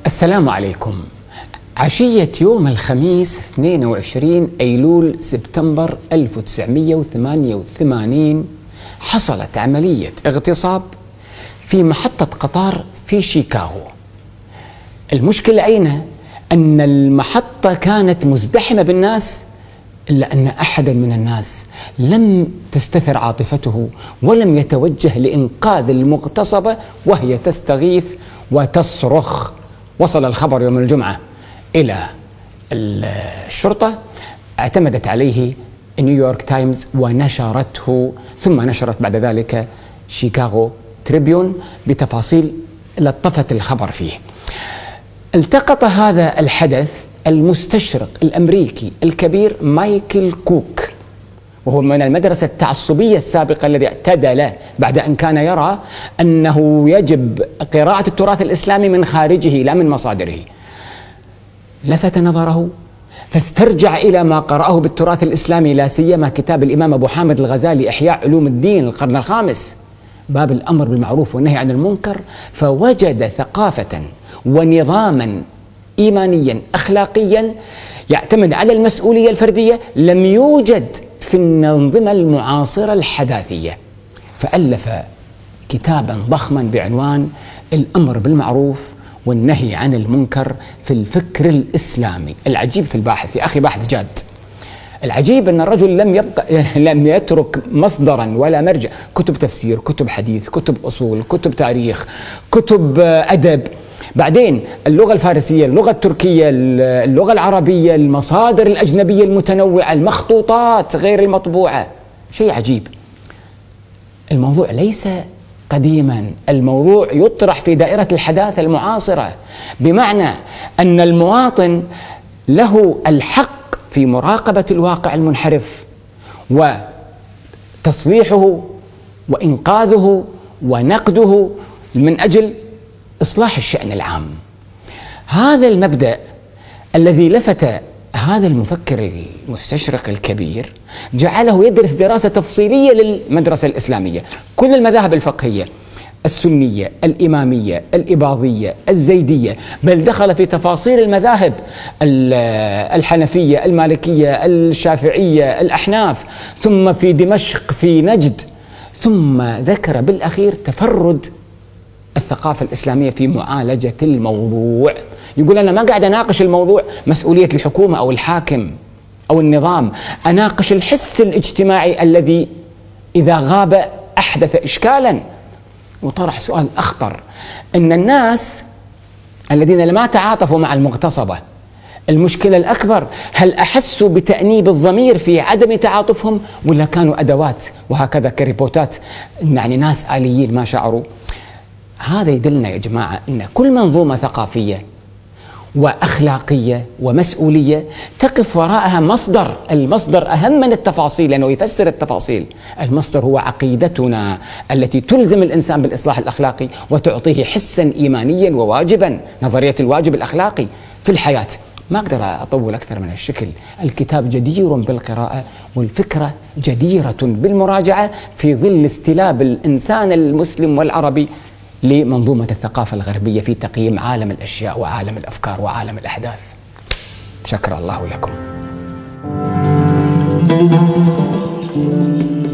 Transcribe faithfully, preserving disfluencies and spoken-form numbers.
السلام عليكم. عشية يوم الخميس اثنين وعشرين أيلول سبتمبر ألف وتسعمئة وثمانية وثمانين حصلت عملية اغتصاب في محطة قطار في شيكاغو. المشكلة أين؟ أن المحطة كانت مزدحمة بالناس، إلا أن أحدا من الناس لم تستثر عاطفته ولم يتوجه لإنقاذ المغتصبة وهي تستغيث وتصرخ. وصل الخبر يوم الجمعة إلى الشرطة، اعتمدت عليه نيويورك تايمز ونشرته، ثم نشرت بعد ذلك شيكاغو تريبيون بتفاصيل لطفت الخبر فيه. التقط هذا الحدث المستشرق الأمريكي الكبير مايكل كوك، وهو من المدرسة التعصبية السابقة الذي اعتدل بعد أن كان يرى أنه يجب قراءة التراث الإسلامي من خارجه لا من مصادره. لفت نظره فاسترجع إلى ما قرأه بالتراث الإسلامي، لا سيما كتاب الإمام أبو حامد الغزالي إحياء علوم الدين القرن الخامس، باب الأمر بالمعروف والنهي عن المنكر، فوجد ثقافة ونظاما إيمانيا أخلاقيا يعتمد على المسؤولية الفردية لم يوجد في الأنظمة المعاصرة الحداثية، فألف كتابا ضخما بعنوان الأمر بالمعروف والنهي عن المنكر في الفكر الإسلامي. العجيب في الباحث يا أخي، باحث جاد، العجيب أن الرجل لم يبقى لم يترك مصدرا ولا مرجع، كتب تفسير، كتب حديث، كتب أصول، كتب تاريخ، كتب أدب، بعدين اللغة الفارسية، اللغة التركية، اللغة العربية، المصادر الأجنبية المتنوعة، المخطوطات غير المطبوعة. شيء عجيب. الموضوع ليس قديما، الموضوع يطرح في دائرة الحداثة المعاصرة، بمعنى أن المواطن له الحق في مراقبة الواقع المنحرف وتصليحه وإنقاذه ونقده من أجل إصلاح الشأن العام. هذا المبدأ الذي لفت هذا المفكر المستشرق الكبير جعله يدرس دراسة تفصيلية للمدرسة الإسلامية، كل المذاهب الفقهية، السنية، الإمامية، الإباضية، الزيدية، بل دخل في تفاصيل المذاهب الحنفية، المالكية، الشافعية، الأحناف، ثم في دمشق، في نجد، ثم ذكر بالأخير تفرد الثقافة الإسلامية في معالجة الموضوع. يقول أنا ما قاعد أناقش الموضوع مسؤولية الحكومة أو الحاكم أو النظام، أناقش الحس الاجتماعي الذي إذا غاب أحدث إشكالا. وطرح سؤال أخطر، أن الناس الذين ما تعاطفوا مع المغتصبة، المشكلة الأكبر هل أحسوا بتأنيب الضمير في عدم تعاطفهم ولا كانوا أدوات وهكذا كريبوتات، يعني ناس آليين ما شعروا؟ هذا يدلنا يا جماعة أن كل منظومة ثقافية وأخلاقية ومسؤولية تقف وراءها مصدر، المصدر أهم من التفاصيل لأنه يفسر التفاصيل. المصدر هو عقيدتنا التي تلزم الإنسان بالإصلاح الأخلاقي وتعطيه حسا إيمانيا وواجبا، نظرية الواجب الأخلاقي في الحياة. ما أقدر أطول أكثر من الشكل. الكتاب جدير بالقراءة والفكرة جديرة بالمراجعة في ظل استلاب الإنسان المسلم والعربي لمنظومة الثقافة الغربية في تقييم عالم الأشياء وعالم الأفكار وعالم الأحداث. شكر الله لكم.